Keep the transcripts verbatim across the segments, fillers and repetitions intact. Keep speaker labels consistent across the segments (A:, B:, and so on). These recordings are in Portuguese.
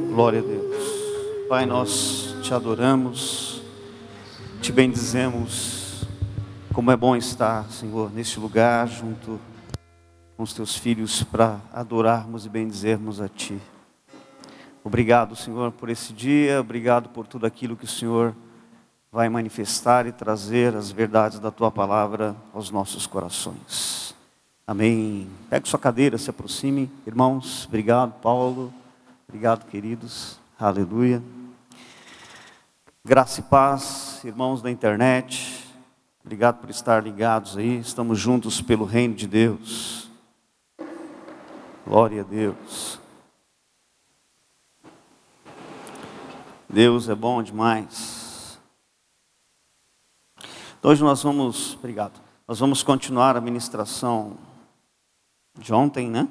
A: Glória a Deus. Pai, nós te adoramos, te bendizemos. Como é bom estar, Senhor, neste lugar junto com os teus filhos para adorarmos e bendizermos a ti. Obrigado, Senhor, por esse dia. Obrigado por tudo aquilo que o Senhor vai manifestar e trazer as verdades da tua palavra aos nossos corações. Amém. Pegue sua cadeira, se aproxime. Irmãos, obrigado, Paulo. Obrigado, queridos. Aleluia. Graça e paz, irmãos da internet. Obrigado por estar ligados aí. Estamos juntos pelo reino de Deus. Glória a Deus. Deus é bom demais. Hoje nós vamos, obrigado, nós vamos continuar a ministração de ontem, né?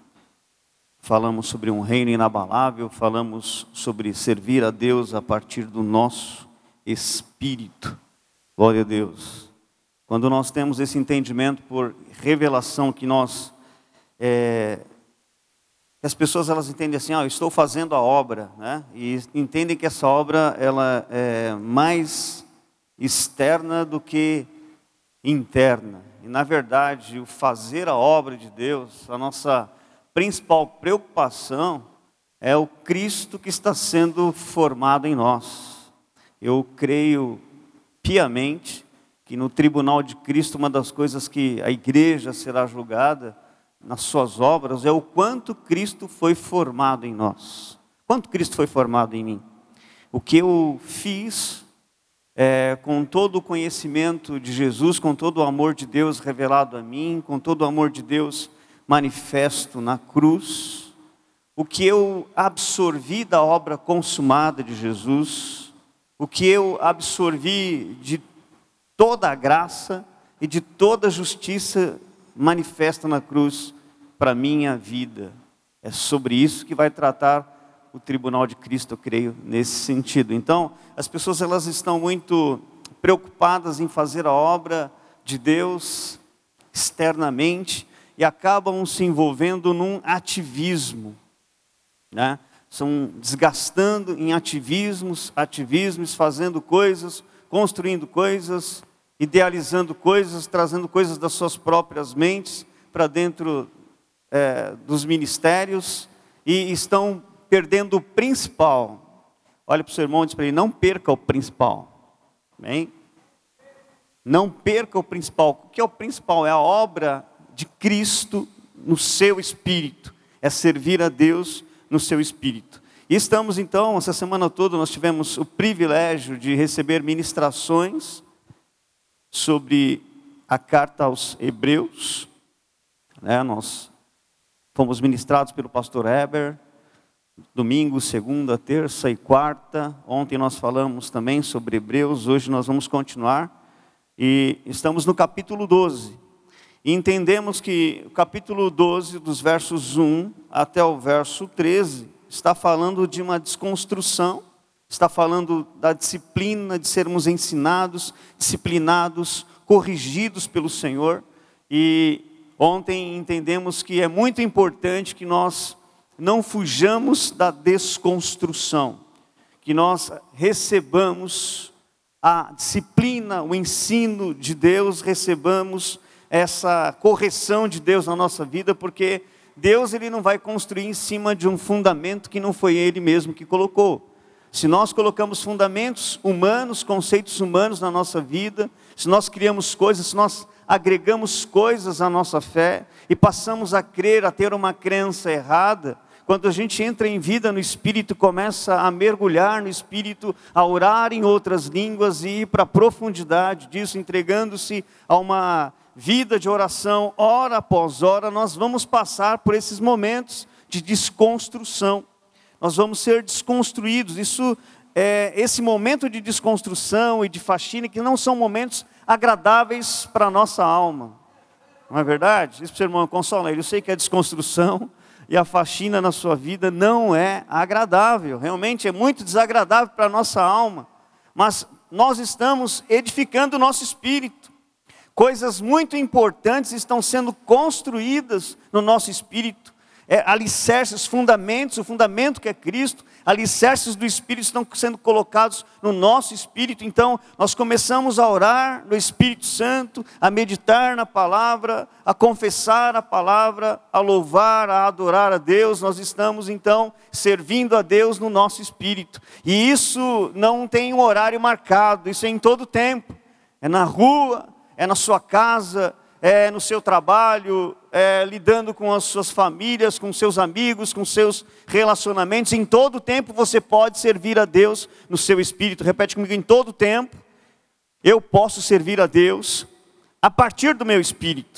A: Falamos sobre um reino inabalável, falamos sobre servir a Deus a partir do nosso espírito. Glória a Deus. Quando nós temos esse entendimento por revelação que nós, é, as pessoas elas entendem assim, ah, eu estou fazendo a obra, né? E entendem que essa obra ela é mais externa do que interna. E na verdade, o fazer a obra de Deus, a nossa principal preocupação é o Cristo que está sendo formado em nós. Eu creio piamente que no tribunal de Cristo, uma das coisas que a igreja será julgada nas suas obras é o quanto Cristo foi formado em nós. Quanto Cristo foi formado em mim. O que eu fiz é, com todo o conhecimento de Jesus, com todo o amor de Deus revelado a mim, com todo o amor de Deus manifesto na cruz, o que eu absorvi da obra consumada de Jesus, o que eu absorvi de toda a graça e de toda a justiça manifesta na cruz para a minha vida. É sobre isso que vai tratar o tribunal de Cristo, eu creio, nesse sentido. Então, as pessoas elas estão muito preocupadas em fazer a obra de Deus externamente e acabam se envolvendo num ativismo, né? São desgastando em ativismos, ativismos, fazendo coisas, construindo coisas, idealizando coisas, trazendo coisas das suas próprias mentes para dentro é, dos ministérios e estão perdendo o principal. Olha para o seu irmão e diz para ele, não perca o principal. Amém? Não perca o principal. O que é o principal? É a obra de Cristo no seu espírito. É servir a Deus no seu espírito. E estamos então, essa semana toda nós tivemos o privilégio de receber ministrações sobre a carta aos Hebreus, né? Nós fomos ministrados pelo pastor Heber, domingo, segunda, terça e quarta. Ontem nós falamos também sobre Hebreus, hoje nós vamos continuar. E estamos no capítulo doze. E entendemos que o capítulo doze, dos versos um até o verso treze, está falando de uma desconstrução, está falando da disciplina, de sermos ensinados, disciplinados, corrigidos pelo Senhor. E ontem entendemos que é muito importante que nós não fujamos da desconstrução, que nós recebamos a disciplina, o ensino de Deus, recebamos essa correção de Deus na nossa vida, porque Deus ele não vai construir em cima de um fundamento que não foi Ele mesmo que colocou. Se nós colocamos fundamentos humanos, conceitos humanos na nossa vida, se nós criamos coisas, se nós agregamos coisas à nossa fé e passamos a crer, a ter uma crença errada, quando a gente entra em vida no Espírito, começa a mergulhar no Espírito, a orar em outras línguas e ir para a profundidade disso, entregando-se a uma vida de oração, hora após hora, nós vamos passar por esses momentos de desconstrução. Nós vamos ser desconstruídos. Isso é esse momento de desconstrução e de faxina, que não são momentos agradáveis para a nossa alma. Não é verdade? Isso para o seu irmão, consola ele. Eu sei que a desconstrução e a faxina na sua vida não é agradável. Realmente é muito desagradável para a nossa alma. Mas nós estamos edificando o nosso espírito. Coisas muito importantes estão sendo construídas no nosso espírito. é, alicerces, fundamentos, o fundamento que é Cristo, alicerces do Espírito estão sendo colocados no nosso espírito. Então nós começamos a orar no Espírito Santo, a meditar na palavra, a confessar a palavra, a louvar, a adorar a Deus. Nós estamos então servindo a Deus no nosso espírito, e isso não tem um horário marcado, isso é em todo tempo, é na rua, é na sua casa, é no seu trabalho, é lidando com as suas famílias, com seus amigos, com seus relacionamentos. Em todo tempo você pode servir a Deus no seu espírito. Repete comigo: em todo tempo eu posso servir a Deus a partir do meu espírito.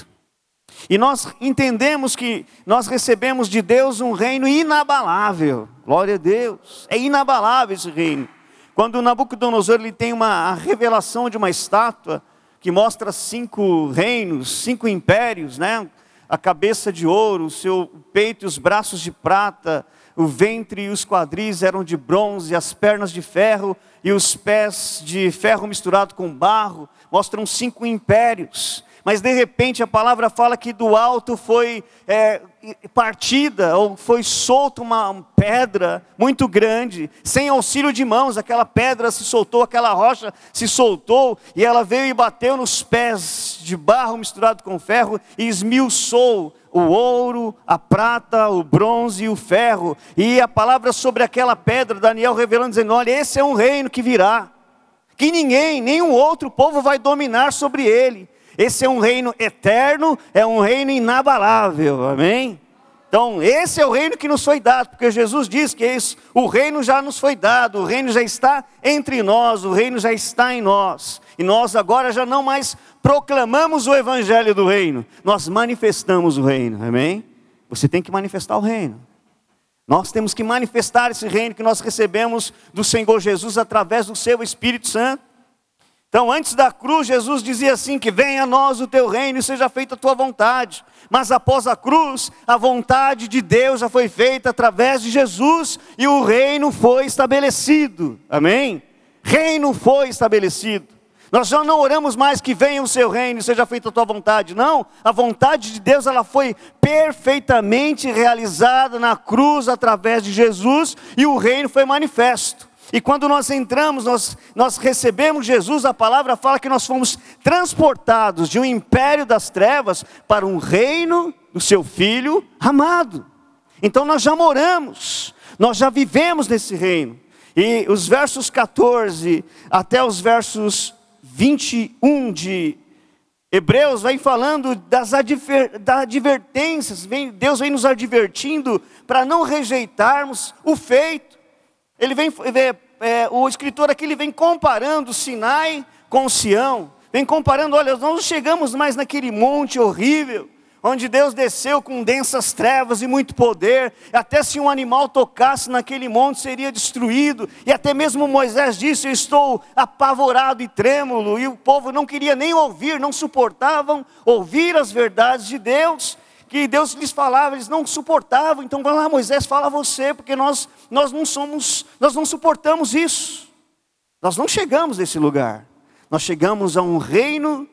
A: E nós entendemos que nós recebemos de Deus um reino inabalável. Glória a Deus, é inabalável esse reino. Quando Nabucodonosor ele tem uma a revelação de uma estátua que mostra cinco reinos, cinco impérios, né? A cabeça de ouro, o seu peito e os braços de prata, o ventre e os quadris eram de bronze, as pernas de ferro e os pés de ferro misturado com barro, mostram cinco impérios. Mas de repente a palavra fala que do alto foi é, partida, ou foi solta uma pedra muito grande, sem auxílio de mãos. Aquela pedra se soltou, aquela rocha se soltou, e ela veio e bateu nos pés de barro misturado com ferro, e esmiuçou o ouro, a prata, o bronze e o ferro. E a palavra sobre aquela pedra, Daniel revelando, dizendo: olha, esse é um reino que virá, que ninguém, nenhum outro povo vai dominar sobre ele. Esse é um reino eterno, é um reino inabalável, amém? Então esse é o reino que nos foi dado, porque Jesus diz que esse, o reino já nos foi dado, o reino já está entre nós, o reino já está em nós. E nós agora já não mais proclamamos o evangelho do reino, nós manifestamos o reino, amém? Você tem que manifestar o reino. Nós temos que manifestar esse reino que nós recebemos do Senhor Jesus através do seu Espírito Santo. Então antes da cruz Jesus dizia assim, que venha a nós o teu reino e seja feita a tua vontade. Mas após a cruz, a vontade de Deus já foi feita através de Jesus, e o reino foi estabelecido, amém? Reino foi estabelecido. Nós já não oramos mais que venha o seu reino e seja feita a tua vontade, não. A vontade de Deus ela foi perfeitamente realizada na cruz através de Jesus, e o reino foi manifesto. E quando nós entramos, nós, nós recebemos Jesus, a palavra fala que nós fomos transportados de um império das trevas para um reino do seu Filho amado. Então nós já moramos, nós já vivemos nesse reino. E os versos catorze até os versos vinte e um de Hebreus vai falando das adver, das advertências, vem, Deus vem nos advertindo para não rejeitarmos o feito. Ele vem, é, o escritor aqui ele vem comparando Sinai com Sião, vem comparando, olha, nós não chegamos mais naquele monte horrível, onde Deus desceu com densas trevas e muito poder, até se um animal tocasse naquele monte seria destruído, e até mesmo Moisés disse, eu estou apavorado e trêmulo, e o povo não queria nem ouvir, não suportavam ouvir as verdades de Deus, que Deus lhes falava, eles não suportavam. Então vai lá, Moisés, fala você, porque nós, nós não somos, nós não suportamos isso. Nós não chegamos nesse lugar. Nós chegamos a um reino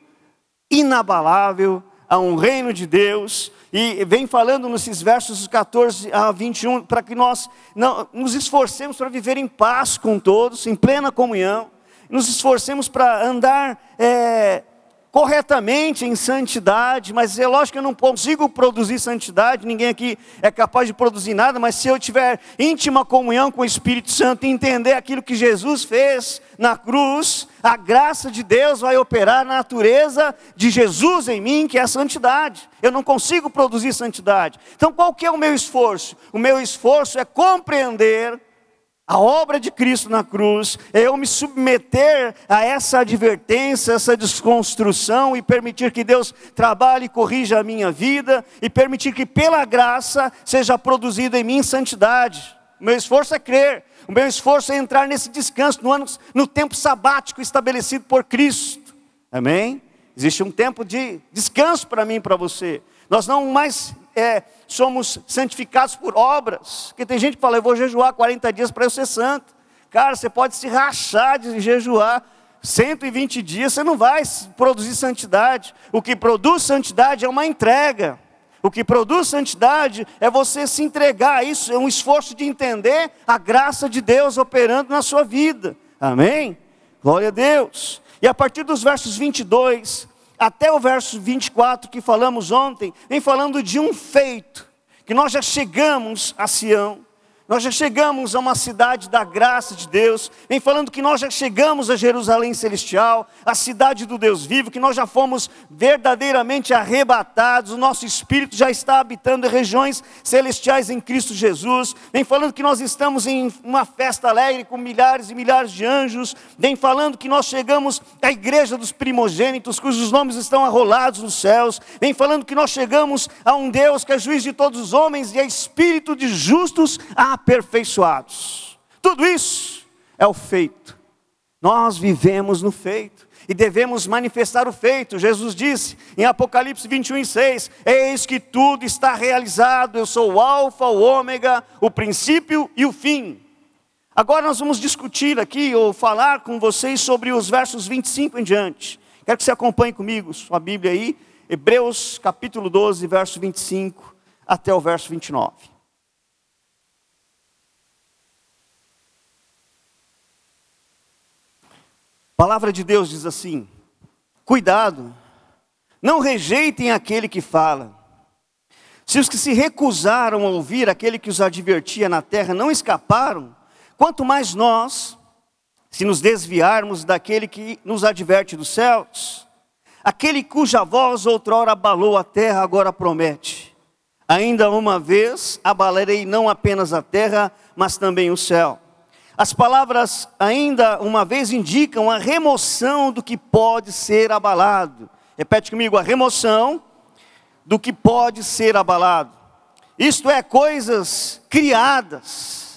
A: inabalável, a um reino de Deus, e vem falando nesses versos catorze a vinte e um, para que nós não, nos esforcemos para viver em paz com todos, em plena comunhão, nos esforcemos para andar é, corretamente em santidade. Mas é lógico que eu não consigo produzir santidade, ninguém aqui é capaz de produzir nada, mas se eu tiver íntima comunhão com o Espírito Santo e entender aquilo que Jesus fez na cruz, a graça de Deus vai operar na natureza de Jesus em mim, que é a santidade. Eu não consigo produzir santidade. Então qual que é o meu esforço? O meu esforço é compreender a obra de Cristo na cruz, é eu me submeter a essa advertência, essa desconstrução, e permitir que Deus trabalhe e corrija a minha vida, e permitir que pela graça seja produzida em mim santidade. O meu esforço é crer, o meu esforço é entrar nesse descanso, no, ano, no tempo sabático estabelecido por Cristo, amém? Existe um tempo de descanso para mim e para você. Nós não mais é, somos santificados por obras, porque tem gente que fala, eu vou jejuar quarenta dias para eu ser santo. Cara, você pode se rachar de jejuar cento e vinte dias, você não vai produzir santidade. O que produz santidade é uma entrega. O que produz santidade é você se entregar a isso, é um esforço de entender a graça de Deus operando na sua vida. Amém? Glória a Deus. E a partir dos versos vinte e dois até o verso vinte e quatro que falamos ontem, vem falando de um feito, que nós já chegamos a Sião. Nós já chegamos a uma cidade da graça de Deus. Vem falando que nós já chegamos a Jerusalém Celestial, a cidade do Deus vivo, que nós já fomos verdadeiramente arrebatados. O nosso espírito já está habitando em regiões celestiais em Cristo Jesus. Vem falando que nós estamos em uma festa alegre com milhares e milhares de anjos. Vem falando que nós chegamos à igreja dos primogênitos, cujos nomes estão arrolados nos céus. Vem falando que nós chegamos a um Deus que é juiz de todos os homens e é espírito de justos aperfeiçoados. Tudo isso é o feito. Nós vivemos no feito e devemos manifestar o feito. Jesus disse em Apocalipse vinte e um, seis: eis que tudo está realizado, eu sou o alfa, o ômega, o princípio e o fim. Agora nós vamos discutir aqui, ou falar com vocês sobre os versos vinte e cinco em diante. Quero que você acompanhe comigo sua Bíblia aí, Hebreus capítulo doze, verso vinte e cinco até o verso vinte e nove. A palavra de Deus diz assim: cuidado, não rejeitem aquele que fala. Se os que se recusaram a ouvir aquele que os advertia na terra não escaparam, quanto mais nós, se nos desviarmos daquele que nos adverte dos céus. Aquele cuja voz outrora abalou a terra, agora promete: ainda uma vez abalarei não apenas a terra, mas também o céu. As palavras ainda uma vez indicam a remoção do que pode ser abalado. Repete comigo: a remoção do que pode ser abalado. Isto é, coisas criadas,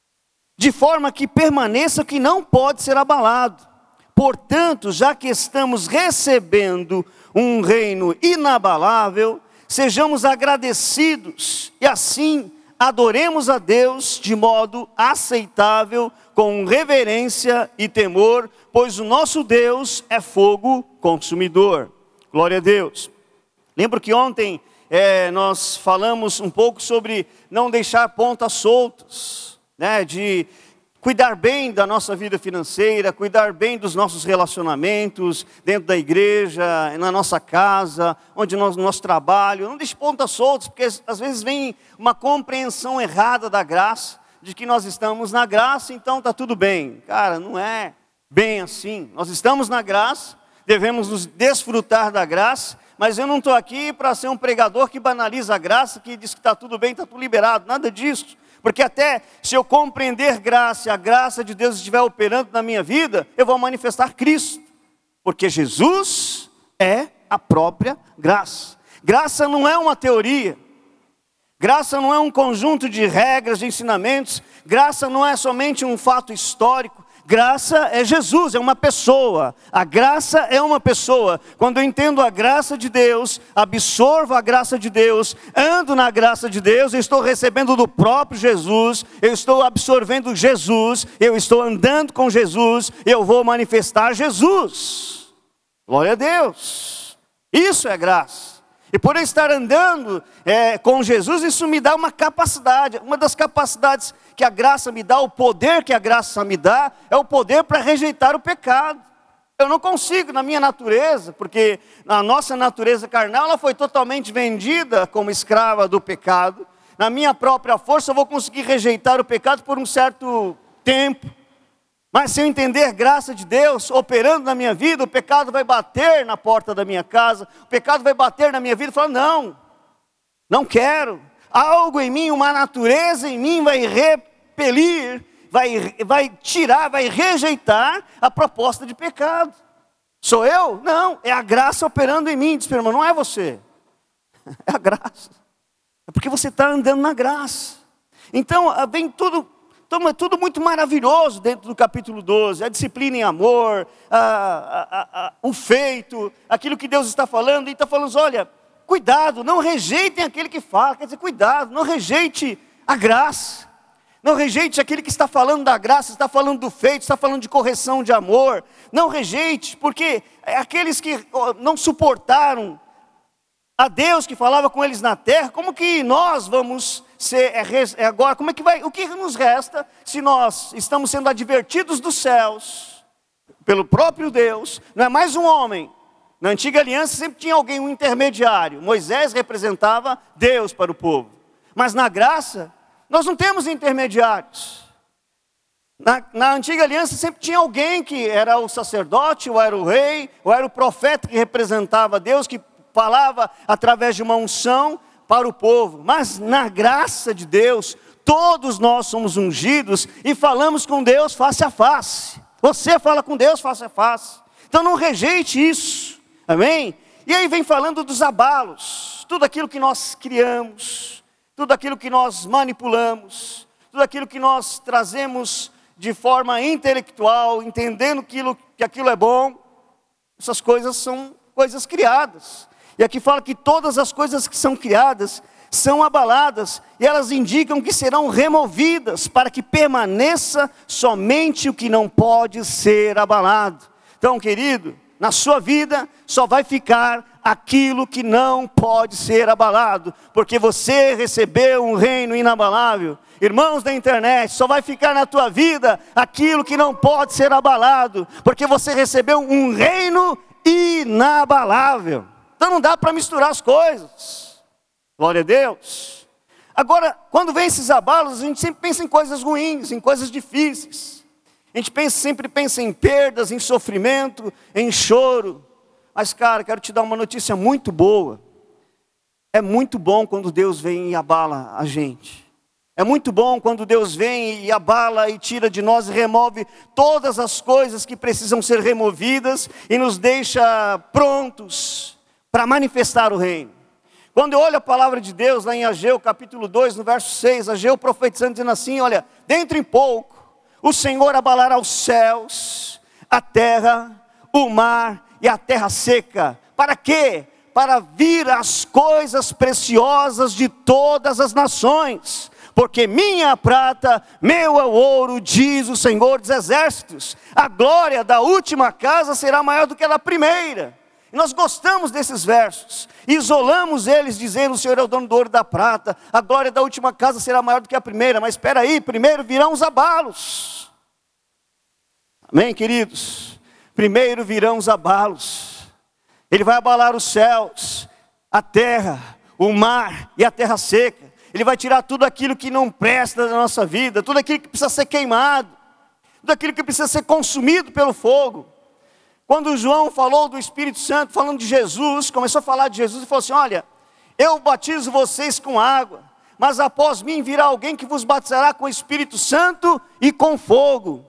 A: de forma que permaneça o que não pode ser abalado. Portanto, já que estamos recebendo um reino inabalável, sejamos agradecidos e assim adoremos a Deus de modo aceitável, com reverência e temor, pois o nosso Deus é fogo consumidor. Glória a Deus. Lembro que ontem é, nós falamos um pouco sobre não deixar pontas soltas, né, de cuidar bem da nossa vida financeira, cuidar bem dos nossos relacionamentos, dentro da igreja, na nossa casa, onde nós, no nosso trabalho. Não deixe pontas soltas, porque às vezes vem uma compreensão errada da graça, de que nós estamos na graça, então está tudo bem. Cara, não é bem assim. Nós estamos na graça, devemos nos desfrutar da graça, mas eu não estou aqui para ser um pregador que banaliza a graça, que diz que está tudo bem, está tudo liberado, nada disso. Porque até se eu compreender graça e a graça de Deus estiver operando na minha vida, eu vou manifestar Cristo. Porque Jesus é a própria graça. Graça não é uma teoria. Graça não é um conjunto de regras, de ensinamentos. Graça não é somente um fato histórico. Graça é Jesus, é uma pessoa. A graça é uma pessoa. Quando eu entendo a graça de Deus, absorvo a graça de Deus, ando na graça de Deus, eu estou recebendo do próprio Jesus, eu estou absorvendo Jesus, eu estou andando com Jesus, eu vou manifestar Jesus. Glória a Deus. Isso é graça. E por eu estar andando é, com Jesus, isso me dá uma capacidade. Uma das capacidades que a graça me dá, o poder que a graça me dá, é o poder para rejeitar o pecado. Eu não consigo, na minha natureza, porque a nossa natureza carnal, ela foi totalmente vendida como escrava do pecado. Na minha própria força, eu vou conseguir rejeitar o pecado por um certo tempo. Mas se eu entender a graça de Deus operando na minha vida, o pecado vai bater na porta da minha casa, o pecado vai bater na minha vida e falar: não, não quero. Algo em mim, uma natureza em mim vai repelir, vai, vai tirar, vai rejeitar a proposta de pecado. Sou eu? Não, é a graça operando em mim. Diz, meu irmão, não é você, é a graça. É porque você está andando na graça. Então vem tudo... Então é tudo muito maravilhoso dentro do capítulo doze, a disciplina em amor, a, a, a, o feito, aquilo que Deus está falando, e está falando, olha, cuidado, não rejeitem aquele que fala, quer dizer, cuidado, não rejeite a graça, não rejeite aquele que está falando da graça, está falando do feito, está falando de correção de amor, não rejeite, porque aqueles que não suportaram a Deus que falava com eles na terra, como que nós vamos ser é, agora, como é que vai, o que nos resta se nós estamos sendo advertidos dos céus, pelo próprio Deus, não é mais um homem. Na antiga aliança sempre tinha alguém, um intermediário. Moisés representava Deus para o povo. Mas na graça, nós não temos intermediários. Na, na antiga aliança sempre tinha alguém que era o sacerdote, ou era o rei, ou era o profeta que representava Deus, que falava através de uma unção para o povo. Mas na graça de Deus, todos nós somos ungidos e falamos com Deus face a face. Você fala com Deus face a face. Então não rejeite isso. Amém? E aí vem falando dos abalos, tudo aquilo que nós criamos, tudo aquilo que nós manipulamos, tudo aquilo que nós trazemos de forma intelectual, entendendo aquilo, que aquilo é bom, essas coisas são coisas criadas. E aqui fala que todas as coisas que são criadas são abaladas, e elas indicam que serão removidas, para que permaneça somente o que não pode ser abalado. Então, querido, na sua vida só vai ficar aquilo que não pode ser abalado, porque você recebeu um reino inabalável. Irmãos da internet, só vai ficar na tua vida aquilo que não pode ser abalado, porque você recebeu um reino inabalável. Então não dá para misturar as coisas. Glória a Deus. Agora, quando vem esses abalos, a gente sempre pensa em coisas ruins, em coisas difíceis. A gente pensa, sempre pensa em perdas, em sofrimento, em choro. Mas, cara, quero te dar uma notícia muito boa. É muito bom quando Deus vem e abala a gente. É muito bom quando Deus vem e abala e tira de nós e remove todas as coisas que precisam ser removidas e nos deixa prontos para manifestar o reino. Quando eu olho a palavra de Deus lá em Ageu capítulo dois, no verso seis, Ageu profetizando dizendo assim, olha, dentro em pouco, o Senhor abalará os céus, a terra, o mar e a terra seca. Para quê? Para vir as coisas preciosas de todas as nações. Porque minha é a prata, meu é o ouro, diz o Senhor dos exércitos. A glória da última casa será maior do que a da primeira. E nós gostamos desses versos. Isolamos eles dizendo, o Senhor é o dono do ouro e da prata. A glória da última casa será maior do que a primeira. Mas espera aí, primeiro virão os abalos. Amém, queridos? Primeiro virão os abalos. Ele vai abalar os céus, a terra, o mar e a terra seca. Ele vai tirar tudo aquilo que não presta da nossa vida, tudo aquilo que precisa ser queimado, tudo aquilo que precisa ser consumido pelo fogo. Quando João falou do Espírito Santo, falando de Jesus, começou a falar de Jesus e falou assim, olha, eu batizo vocês com água, mas após mim virá alguém que vos batizará com o Espírito Santo e com fogo.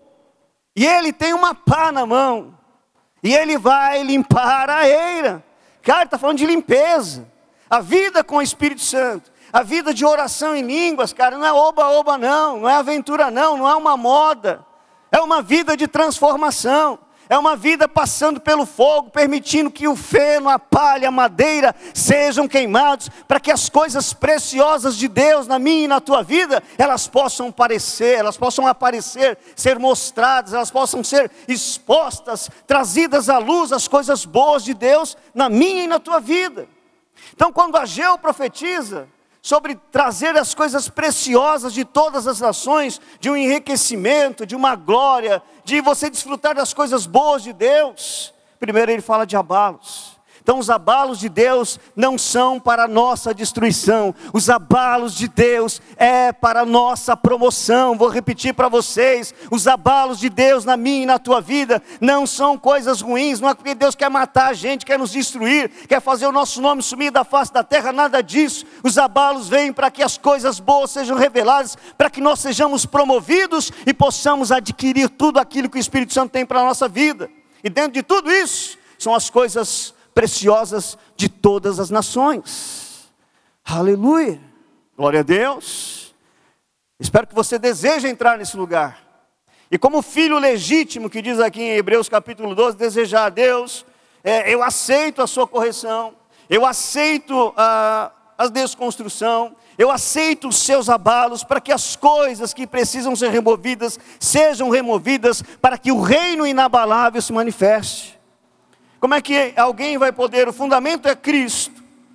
A: E ele tem uma pá na mão, e ele vai limpar a eira. Cara, está falando de limpeza, a vida com o Espírito Santo. A vida de oração em línguas, cara, não é oba-oba não, não é aventura não, não é uma moda. É uma vida de transformação. É uma vida passando pelo fogo, permitindo que o feno, a palha, a madeira sejam queimados, para que as coisas preciosas de Deus na minha e na tua vida, elas possam aparecer, elas possam aparecer, ser mostradas, elas possam ser expostas, trazidas à luz as coisas boas de Deus na minha e na tua vida. Então quando Ageu profetiza sobre trazer as coisas preciosas de todas as nações, de um enriquecimento, de uma glória, de você desfrutar das coisas boas de Deus, primeiro ele fala de abalos. Então os abalos de Deus não são para a nossa destruição, os abalos de Deus é para a nossa promoção. Vou repetir para vocês, os abalos de Deus na minha e na tua vida não são coisas ruins, não é porque Deus quer matar a gente, quer nos destruir, quer fazer o nosso nome sumir da face da terra, nada disso. Os abalos vêm para que as coisas boas sejam reveladas, para que nós sejamos promovidos e possamos adquirir tudo aquilo que o Espírito Santo tem para a nossa vida. E dentro de tudo isso, são as coisas preciosas de todas as nações. Aleluia, glória a Deus. Espero que você deseje entrar nesse lugar, e como filho legítimo, que diz aqui em Hebreus capítulo doze, desejar a Deus, é, eu aceito a sua correção, eu aceito a, a desconstrução, eu aceito os seus abalos, para que as coisas que precisam ser removidas, sejam removidas, para que o reino inabalável se manifeste. Como é que alguém vai poder? O fundamento é Cristo.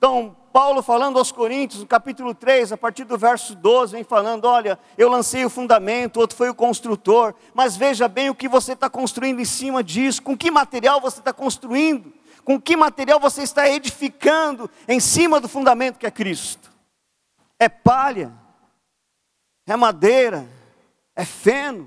A: Então, Paulo falando aos Coríntios, no capítulo três, a partir do verso doze, vem falando, olha, eu lancei o fundamento, outro foi o construtor, mas veja bem o que você está construindo em cima disso, com que material você está construindo, com que material você está edificando em cima do fundamento que é Cristo. É palha, é madeira, é feno,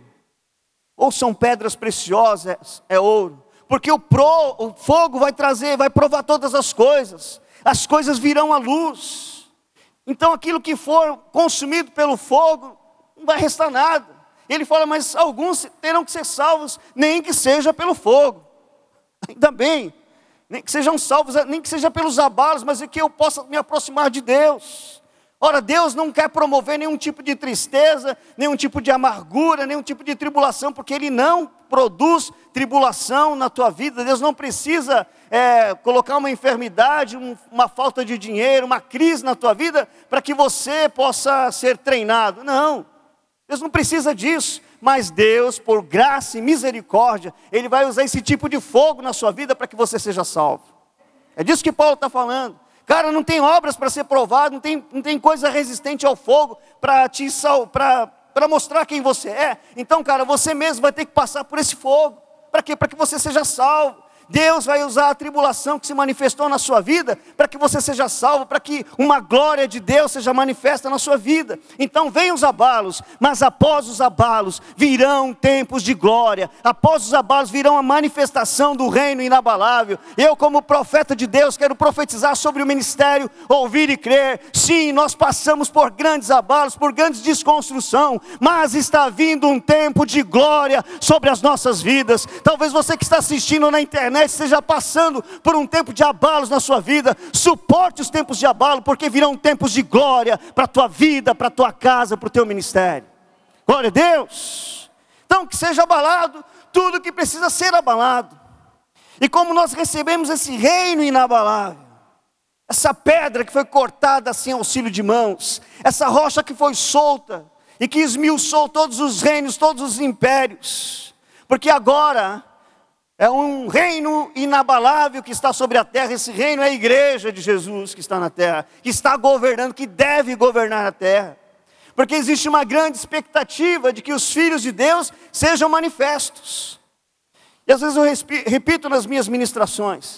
A: ou são pedras preciosas, é, é ouro, porque o, pro, o fogo vai trazer, vai provar todas as coisas, as coisas virão à luz, então aquilo que for consumido pelo fogo, não vai restar nada. Ele fala, mas alguns terão que ser salvos, nem que seja pelo fogo, ainda bem, nem que sejam salvos, nem que seja pelos abalos, mas é que eu possa me aproximar de Deus. Ora, Deus não quer promover nenhum tipo de tristeza, nenhum tipo de amargura, nenhum tipo de tribulação, porque Ele não produz tribulação na tua vida. Deus não precisa é, colocar uma enfermidade, um, uma falta de dinheiro, uma crise na tua vida, para que você possa ser treinado. Não, Deus não precisa disso, mas Deus, por graça e misericórdia, Ele vai usar esse tipo de fogo na sua vida para que você seja salvo. É disso que Paulo está falando. Cara, não tem obras para ser provado, não tem, não tem coisa resistente ao fogo para te sal, para para mostrar quem você é. Então, cara, você mesmo vai ter que passar por esse fogo. Para quê? Para que você seja salvo. Deus vai usar a tribulação que se manifestou na sua vida para que você seja salvo, para que uma glória de Deus seja manifesta na sua vida. Então vem os abalos, mas após os abalos virão tempos de glória. Após os abalos virão a manifestação do reino inabalável. Eu, como profeta de Deus, quero profetizar sobre o ministério Ouvir e Crer. Sim, nós passamos por grandes abalos, por grandes desconstrução, mas está vindo um tempo de glória sobre as nossas vidas. Talvez você que está assistindo na internet esteja passando por um tempo de abalos na sua vida. Suporte os tempos de abalo, porque virão tempos de glória para a tua vida, para a tua casa, para o teu ministério. Glória a Deus. Então que seja abalado tudo que precisa ser abalado. E como nós recebemos esse reino inabalável, essa pedra que foi cortada sem auxílio de mãos, essa rocha que foi solta e que esmiuçou todos os reinos, todos os impérios, porque agora é um reino inabalável que está sobre a terra. Esse reino é a igreja de Jesus que está na terra, que está governando, que deve governar a terra. Porque existe uma grande expectativa de que os filhos de Deus sejam manifestos. E às vezes eu repito nas minhas ministrações,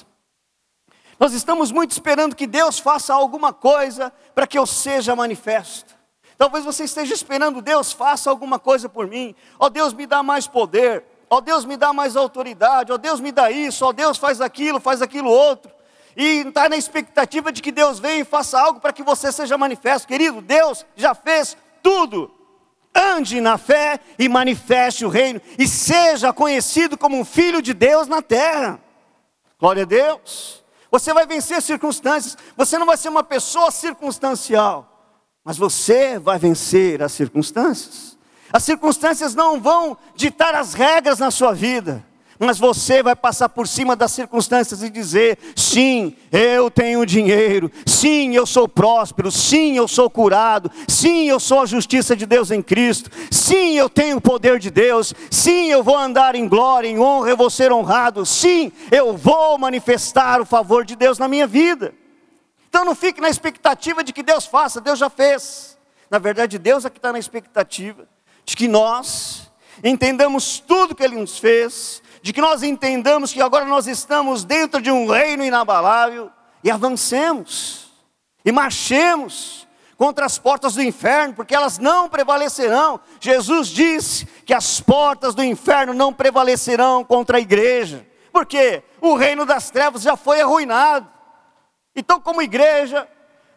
A: nós estamos muito esperando que Deus faça alguma coisa para que eu seja manifesto. Talvez você esteja esperando, Deus faça alguma coisa por mim. Ó Deus, me dá mais poder. Ó Deus, me dá mais autoridade, ó Deus, me dá isso, ó Deus, faz aquilo, faz aquilo outro. E está na expectativa de que Deus venha e faça algo para que você seja manifesto. Querido, Deus já fez tudo. Ande na fé e manifeste o reino. E seja conhecido como um filho de Deus na terra. Glória a Deus. Você vai vencer circunstâncias. Você não vai ser uma pessoa circunstancial, mas você vai vencer as circunstâncias. As circunstâncias não vão ditar as regras na sua vida, mas você vai passar por cima das circunstâncias e dizer, sim, eu tenho dinheiro, sim, eu sou próspero, sim, eu sou curado, sim, eu sou a justiça de Deus em Cristo, sim, eu tenho o poder de Deus, sim, eu vou andar em glória, em honra, eu vou ser honrado, sim, eu vou manifestar o favor de Deus na minha vida. Então não fique na expectativa de que Deus faça, Deus já fez. Na verdade, Deus é que está na expectativa de que nós entendamos tudo que Ele nos fez, de que nós entendamos que agora nós estamos dentro de um reino inabalável, e avancemos, e marchemos contra as portas do inferno, porque elas não prevalecerão. Jesus disse que as portas do inferno não prevalecerão contra a igreja, porque o reino das trevas já foi arruinado. Então, como igreja,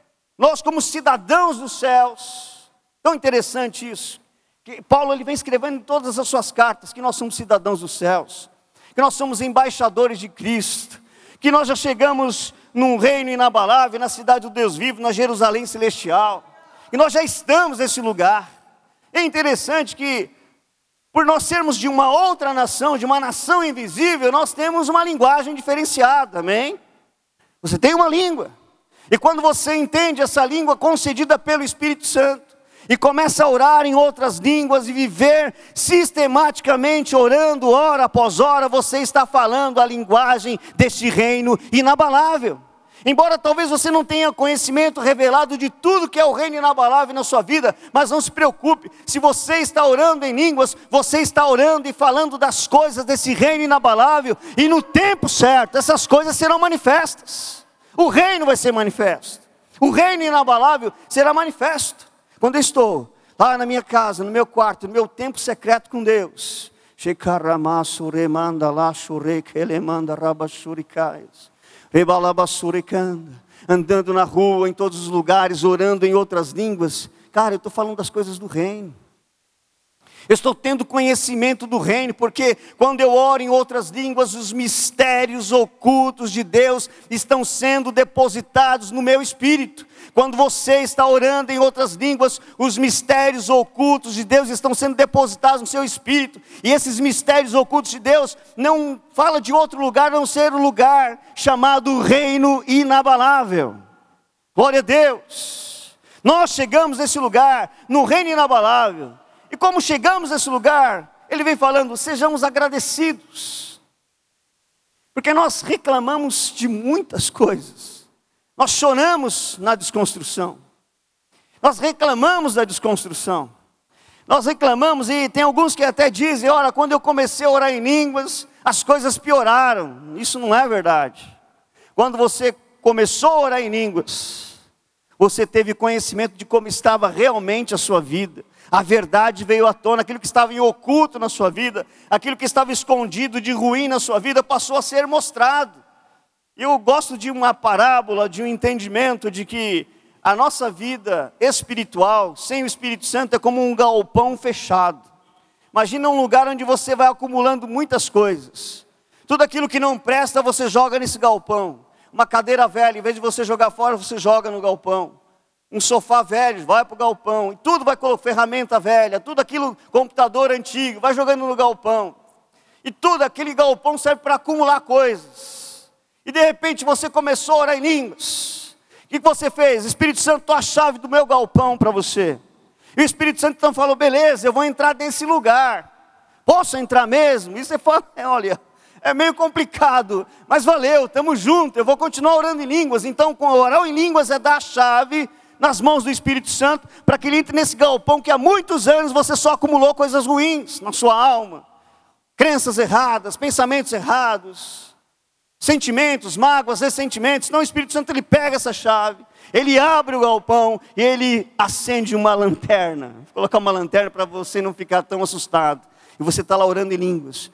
A: nós como cidadãos dos céus, tão interessante isso, que Paulo ele vem escrevendo em todas as suas cartas, que nós somos cidadãos dos céus, que nós somos embaixadores de Cristo, que nós já chegamos num reino inabalável, na cidade do Deus vivo, na Jerusalém celestial, e nós já estamos nesse lugar. É interessante que, por nós sermos de uma outra nação, de uma nação invisível, nós temos uma linguagem diferenciada, amém? Você tem uma língua, e quando você entende essa língua concedida pelo Espírito Santo, e começa a orar em outras línguas e viver sistematicamente orando hora após hora, você está falando a linguagem deste reino inabalável. Embora talvez você não tenha conhecimento revelado de tudo que é o reino inabalável na sua vida, mas não se preocupe, se você está orando em línguas, você está orando e falando das coisas desse reino inabalável, e no tempo certo, essas coisas serão manifestas. O reino vai ser manifesto, o reino inabalável será manifesto. Quando eu estou lá na minha casa, no meu quarto, no meu tempo secreto com Deus, andando na rua, em todos os lugares, orando em outras línguas, cara, eu estou falando das coisas do reino. Eu estou tendo conhecimento do reino, porque quando eu oro em outras línguas, os mistérios ocultos de Deus estão sendo depositados no meu espírito. Quando você está orando em outras línguas, os mistérios ocultos de Deus estão sendo depositados no seu espírito. E esses mistérios ocultos de Deus não fala de outro lugar, a não ser o lugar chamado reino inabalável. Glória a Deus. Nós chegamos nesse lugar, no reino inabalável. E como chegamos nesse lugar, ele vem falando, sejamos agradecidos. Porque nós reclamamos de muitas coisas. Nós choramos na desconstrução. Nós reclamamos da desconstrução. Nós reclamamos, e tem alguns que até dizem, olha, quando eu comecei a orar em línguas, as coisas pioraram. Isso não é verdade. Quando você começou a orar em línguas, você teve conhecimento de como estava realmente a sua vida. A verdade veio à tona, aquilo que estava em oculto na sua vida, aquilo que estava escondido de ruim na sua vida, passou a ser mostrado. Eu gosto de uma parábola, de um entendimento de que a nossa vida espiritual, sem o Espírito Santo, é como um galpão fechado. Imagina um lugar onde você vai acumulando muitas coisas. Tudo aquilo que não presta, você joga nesse galpão. Uma cadeira velha, em vez de você jogar fora, você joga no galpão. Um sofá velho, vai para o galpão, e tudo vai com ferramenta velha, tudo aquilo, computador antigo, vai jogando no galpão. E tudo, aquele galpão serve para acumular coisas. E de repente você começou a orar em línguas. O que você fez? Espírito Santo, tua chave do meu galpão para você. E o Espírito Santo então falou, beleza, eu vou entrar nesse lugar. Posso entrar mesmo? E você fala, olha, é meio complicado, mas valeu, estamos juntos, eu vou continuar orando em línguas. Então, orar em línguas é dar a chave nas mãos do Espírito Santo, para que ele entre nesse galpão que há muitos anos você só acumulou coisas ruins na sua alma. Crenças erradas, pensamentos errados, sentimentos, mágoas, ressentimentos. Não, o Espírito Santo ele pega essa chave, ele abre o galpão e ele acende uma lanterna. Vou colocar uma lanterna para você não ficar tão assustado. E você está lá orando em línguas.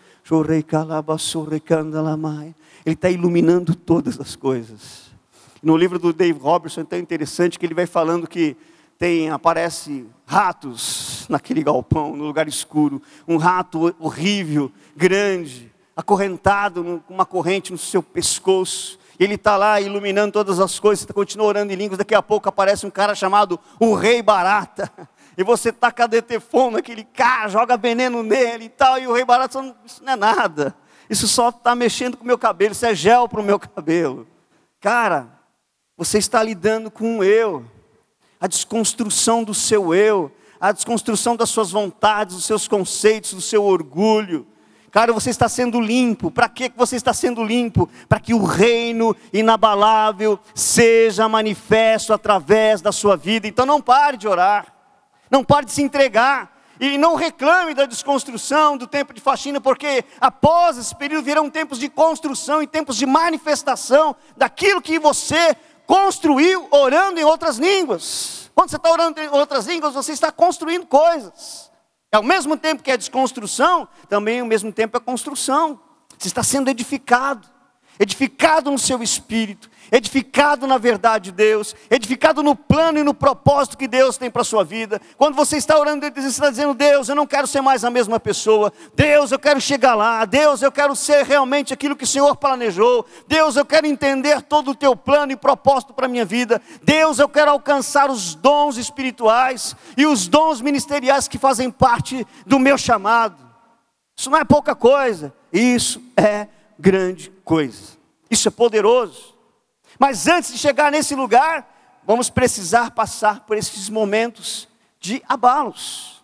A: Ele está iluminando todas as coisas. No livro do Dave Robertson é tão interessante que ele vai falando que tem, aparece ratos naquele galpão, no lugar escuro. Um rato horrível, grande, acorrentado com uma corrente no seu pescoço. Ele está lá iluminando todas as coisas, você continua orando em línguas, daqui a pouco aparece um cara chamado o Rei Barata. E você taca detefon naquele cara, joga veneno nele e tal, e o Rei Barata fala, isso não é nada. Isso só está mexendo com o meu cabelo, isso é gel para o meu cabelo. Cara, você está lidando com o eu, a desconstrução do seu eu, a desconstrução das suas vontades, dos seus conceitos, do seu orgulho. Cara, você está sendo limpo. Para que você está sendo limpo? Para que o reino inabalável seja manifesto através da sua vida. Então não pare de orar, não pare de se entregar. E não reclame da desconstrução, do tempo de faxina, porque após esse período virão tempos de construção e tempos de manifestação daquilo que você construiu orando em outras línguas. Quando você está orando em outras línguas, você está construindo coisas. Ao mesmo tempo que é desconstrução, também ao mesmo tempo é construção. Você está sendo edificado. Edificado no seu espírito, edificado na verdade de Deus, edificado no plano e no propósito que Deus tem para a sua vida. Quando você está orando, você está dizendo, Deus, eu não quero ser mais a mesma pessoa. Deus, eu quero chegar lá. Deus, eu quero ser realmente aquilo que o Senhor planejou. Deus, eu quero entender todo o teu plano e propósito para a minha vida. Deus, eu quero alcançar os dons espirituais e os dons ministeriais que fazem parte do meu chamado. Isso não é pouca coisa, isso é grande coisa. Isso é poderoso. Mas antes de chegar nesse lugar, vamos precisar passar por esses momentos de abalos.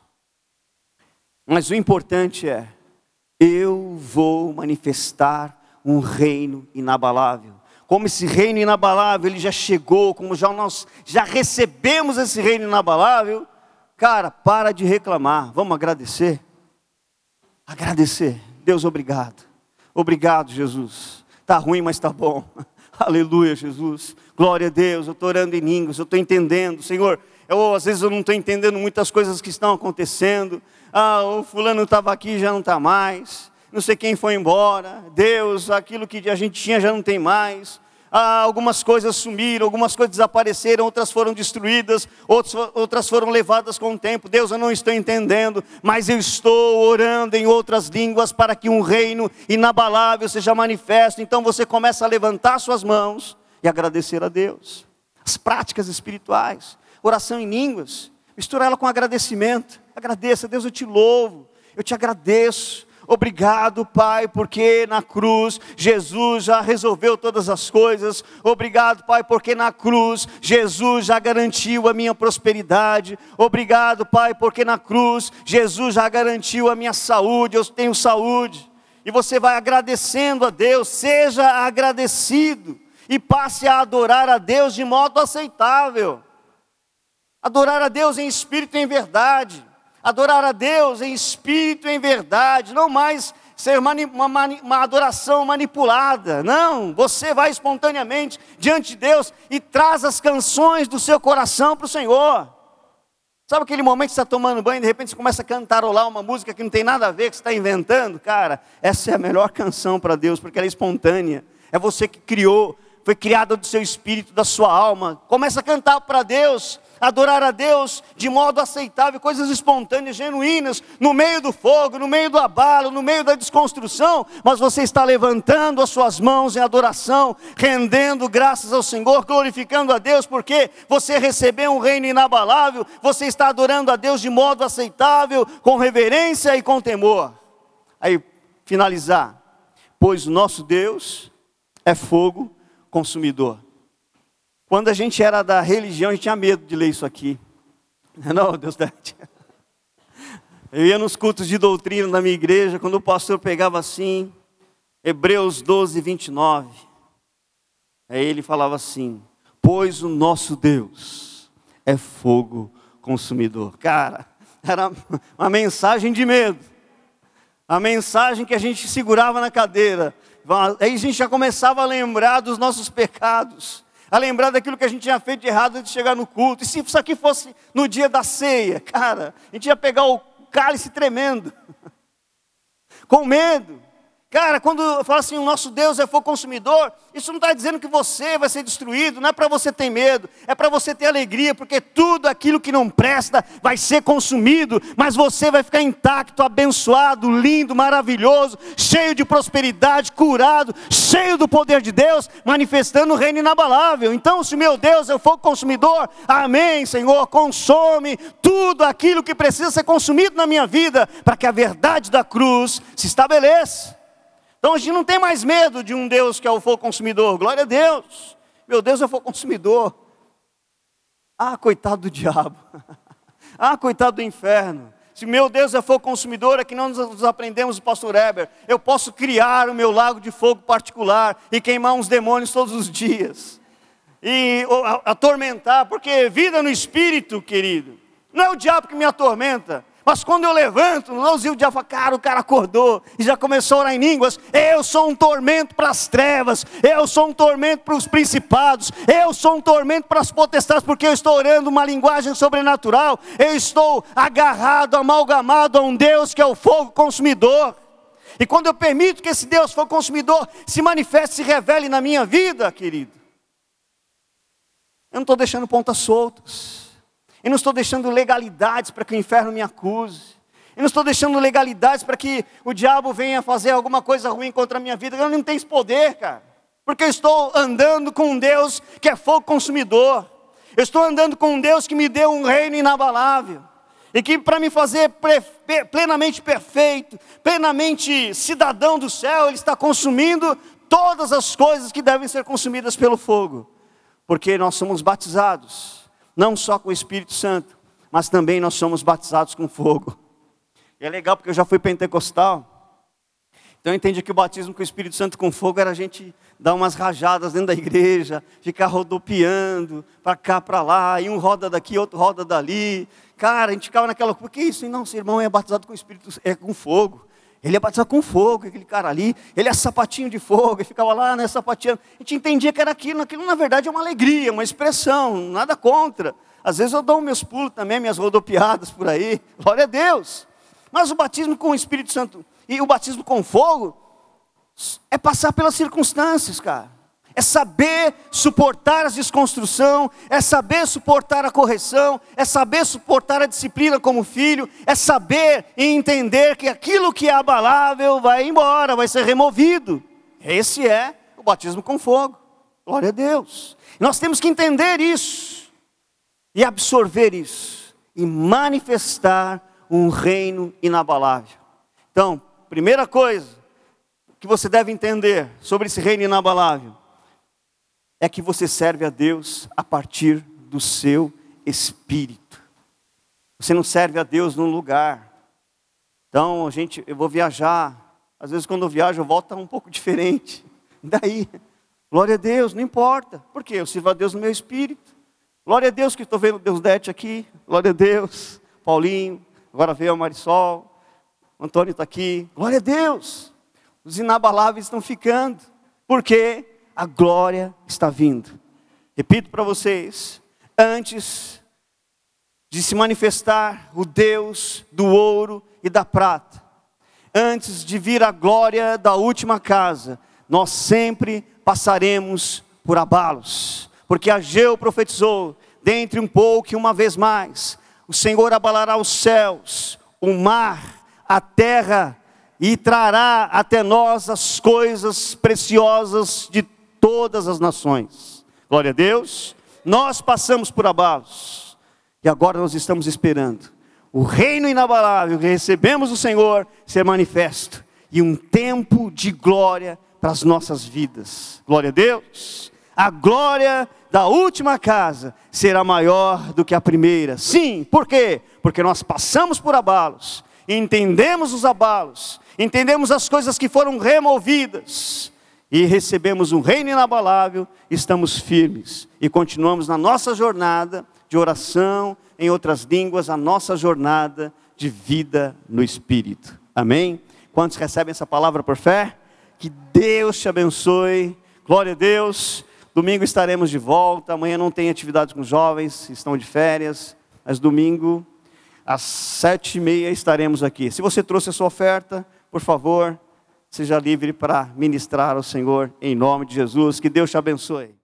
A: Mas o importante é, eu vou manifestar um reino inabalável. como esse reino inabalável, ele já chegou, como já nós já recebemos esse reino inabalável, cara, para de reclamar, vamos agradecer. Agradecer. Deus, obrigado. Obrigado, Jesus. Está ruim, mas está bom. Aleluia, Jesus. Glória a Deus. Eu estou orando em línguas, eu estou entendendo. Senhor, eu, às vezes eu não estou entendendo muitas coisas que estão acontecendo. Ah, o fulano estava aqui, já não está mais. Não sei quem foi embora. Deus, aquilo que a gente tinha já não tem mais. Ah, algumas coisas sumiram, algumas coisas desapareceram, outras foram destruídas, outras, outras foram levadas com o tempo. Deus, eu não estou entendendo, mas eu estou orando em outras línguas para que um reino inabalável seja manifesto. Então você começa a levantar suas mãos e agradecer a Deus. As práticas espirituais, oração em línguas, mistura ela com agradecimento. Agradeça, Deus, eu te louvo, eu te agradeço. Obrigado, Pai, porque na cruz Jesus já resolveu todas as coisas. Obrigado, Pai, porque na cruz Jesus já garantiu a minha prosperidade. Obrigado, Pai, porque na cruz Jesus já garantiu a minha saúde. Eu tenho saúde. E você vai agradecendo a Deus. Seja agradecido e passe a adorar a Deus de modo aceitável. Adorar a Deus em espírito e em verdade. Adorar a Deus em espírito e em verdade, não mais ser mani- uma, mani- uma adoração manipulada. Não, você vai espontaneamente diante de Deus e traz as canções do seu coração para o Senhor. Sabe aquele momento que você está tomando banho e de repente você começa a cantarolar uma música que não tem nada a ver, que você está inventando? Cara, essa é a melhor canção para Deus, porque ela é espontânea. É você que criou, foi criada do seu espírito, da sua alma. Começa a cantar para Deus, adorar a Deus de modo aceitável, coisas espontâneas, genuínas, no meio do fogo, no meio do abalo, no meio da desconstrução, mas você está levantando as suas mãos em adoração, rendendo graças ao Senhor, glorificando a Deus, porque você recebeu um reino inabalável, você está adorando a Deus de modo aceitável, com reverência e com temor. Aí, finalizar, pois o nosso Deus é fogo consumidor. Quando a gente era da religião, a gente tinha medo de ler isso aqui. Não, Deus da... Eu ia nos cultos de doutrina da minha igreja, quando o pastor pegava assim, Hebreus doze, vinte e nove. Aí ele falava assim, pois o nosso Deus é fogo consumidor. Cara, era uma mensagem de medo. A mensagem que a gente segurava na cadeira. Aí a gente já começava a lembrar dos nossos pecados. A lembrar daquilo que a gente tinha feito de errado antes de chegar no culto. E se isso aqui fosse no dia da ceia, cara, a gente ia pegar o cálice tremendo, com medo. Cara, quando eu falo assim, o nosso Deus é fogo consumidor, isso não está dizendo que você vai ser destruído, não é para você ter medo, é para você ter alegria, porque tudo aquilo que não presta vai ser consumido, mas você vai ficar intacto, abençoado, lindo, maravilhoso, cheio de prosperidade, curado, cheio do poder de Deus, manifestando o reino inabalável. Então, se meu Deus é o fogo consumidor, amém, Senhor, consome tudo aquilo que precisa ser consumido na minha vida, para que a verdade da cruz se estabeleça. Então a gente não tem mais medo de um Deus que é o fogo consumidor. Glória a Deus. Meu Deus é o fogo consumidor. Ah, coitado do diabo. Ah, coitado do inferno. Se meu Deus é fogo consumidor, é que não nos aprendemos do pastor Heber. Eu posso criar o meu lago de fogo particular e queimar uns demônios todos os dias. E atormentar, porque vida no espírito, querido, não é o diabo que me atormenta. Mas quando eu levanto, não o diabo fala, cara, o cara acordou e já começou a orar em línguas. Eu sou um tormento para as trevas, eu sou um tormento para os principados, eu sou um tormento para as potestades, porque eu estou orando uma linguagem sobrenatural. Eu estou agarrado, amalgamado a um Deus que é o fogo consumidor. E quando eu permito que esse Deus fogo consumidor se manifeste, se revele na minha vida, querido, eu não estou deixando pontas soltas. Eu não estou deixando legalidades para que o inferno me acuse. Eu não estou deixando legalidades para que o diabo venha fazer alguma coisa ruim contra a minha vida. Eu não tenho esse poder, cara. Porque eu estou andando com um Deus que é fogo consumidor. Eu estou andando com um Deus que me deu um reino inabalável. E que para me fazer plenamente perfeito, plenamente cidadão do céu, Ele está consumindo todas as coisas que devem ser consumidas pelo fogo. Porque nós somos batizados. Não só com o Espírito Santo, mas também nós somos batizados com fogo. E é legal porque eu já fui pentecostal. Então eu entendi que o batismo com o Espírito Santo com fogo era a gente dar umas rajadas dentro da igreja, ficar rodopiando, para cá, para lá, e um roda daqui, outro roda dali. Cara, a gente ficava naquela, por que isso? Não, seu irmão é batizado com o Espírito, é com fogo. Ele é batizado com fogo, aquele cara ali, ele é sapatinho de fogo, e ficava lá, né, sapateando. A gente entendia que era aquilo, aquilo na verdade é uma alegria, uma expressão, nada contra. Às vezes eu dou meus pulos também, minhas rodopiadas por aí, glória a Deus. Mas o batismo com o Espírito Santo e o batismo com fogo é passar pelas circunstâncias, cara. É saber suportar a desconstrução, é saber suportar a correção, é saber suportar a disciplina como filho, é saber e entender que aquilo que é abalável vai embora, vai ser removido. Esse é o batismo com fogo. Glória a Deus. Nós temos que entender isso e absorver isso e manifestar um reino inabalável. Então, primeira coisa que você deve entender sobre esse reino inabalável é que você serve a Deus a partir do seu espírito. Você não serve a Deus num lugar. Então, a gente, eu vou viajar. Às vezes quando eu viajo eu volto um pouco diferente. Daí, glória a Deus, não importa. Por quê? Eu sirvo a Deus no meu espírito. Glória a Deus que estou vendo Deus Dete aqui. Glória a Deus. Paulinho, agora veio a Marisol. O Antônio está aqui. Glória a Deus. Os inabaláveis estão ficando. Por quê? A glória está vindo. Repito para vocês, antes de se manifestar o Deus do ouro e da prata, antes de vir a glória da última casa, nós sempre passaremos por abalos, porque Ageu profetizou, dentre um pouco e uma vez mais, o Senhor abalará os céus, o mar, a terra, e trará até nós as coisas preciosas de todas as nações. Glória a Deus. Nós passamos por abalos e agora nós estamos esperando o reino inabalável que recebemos do Senhor ser manifesto e um tempo de glória para as nossas vidas. Glória a Deus. A glória da última casa será maior do que a primeira. Sim, por quê? Porque nós passamos por abalos, entendemos os abalos, entendemos as coisas que foram removidas e recebemos um reino inabalável, estamos firmes e continuamos na nossa jornada de oração, em outras línguas, a nossa jornada de vida no Espírito. Amém? Quantos recebem essa palavra por fé? Que Deus te abençoe. Glória a Deus. Domingo estaremos de volta. Amanhã não tem atividades com jovens, estão de férias. Mas domingo, às sete e meia, estaremos aqui. Se você trouxe a sua oferta, por favor, seja livre para ministrar ao Senhor, em nome de Jesus. Que Deus te abençoe.